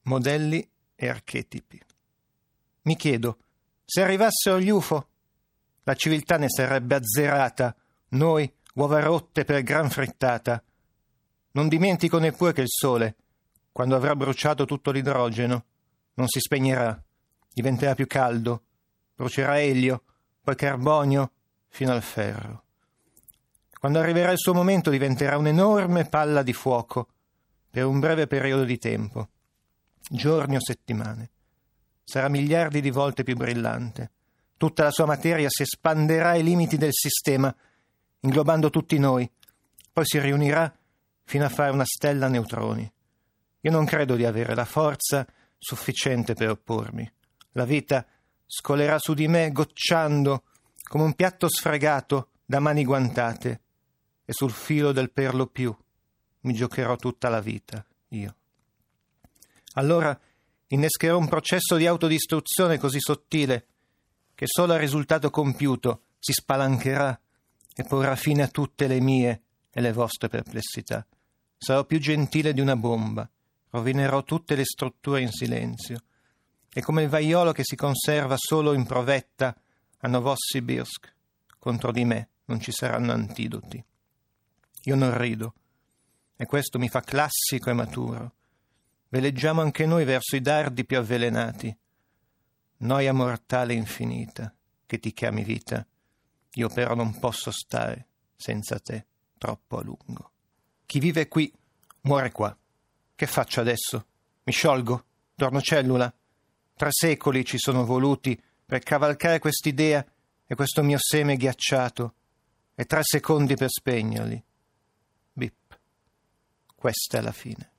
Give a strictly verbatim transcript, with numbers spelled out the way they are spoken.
Modelli e archetipi. Mi chiedo, se arrivassero gli U F O, la civiltà ne sarebbe azzerata, noi, uova rotte per gran frittata. Non dimentico neppure che il sole, quando avrà bruciato tutto l'idrogeno, non si spegnerà, diventerà più caldo, brucerà elio, poi carbonio, fino al ferro. Quando arriverà il suo momento diventerà un'enorme palla di fuoco, per un breve periodo di tempo, giorni o settimane. Sarà miliardi di volte più brillante. Tutta la sua materia si espanderà ai limiti del sistema, inglobando tutti noi. Poi si riunirà fino a fare una stella a neutroni. Io non credo di avere la forza sufficiente per oppormi. La vita scolerà su di me gocciando come un piatto sfregato da mani guantate, e sul filo del per lo più mi giocherò tutta la vita, io. Allora innescherò un processo di autodistruzione così sottile che solo al risultato compiuto si spalancherà e porrà fine a tutte le mie e le vostre perplessità. Sarò più gentile di una bomba, rovinerò tutte le strutture in silenzio, e come il vaiolo che si conserva solo in provetta a Novosibirsk, contro di me non ci saranno antidoti. Io non rido, e questo mi fa classico e maturo. Veleggiamo anche noi verso i dardi più avvelenati. Noia mortale infinita, che ti chiami vita, io però non posso stare senza te troppo a lungo. Chi vive qui muore qua. Che faccio adesso? Mi sciolgo? Torno cellula? Tre secoli ci sono voluti per cavalcare quest'idea e questo mio seme ghiacciato, e tre secondi per spegnerli. Bip. Questa è la fine.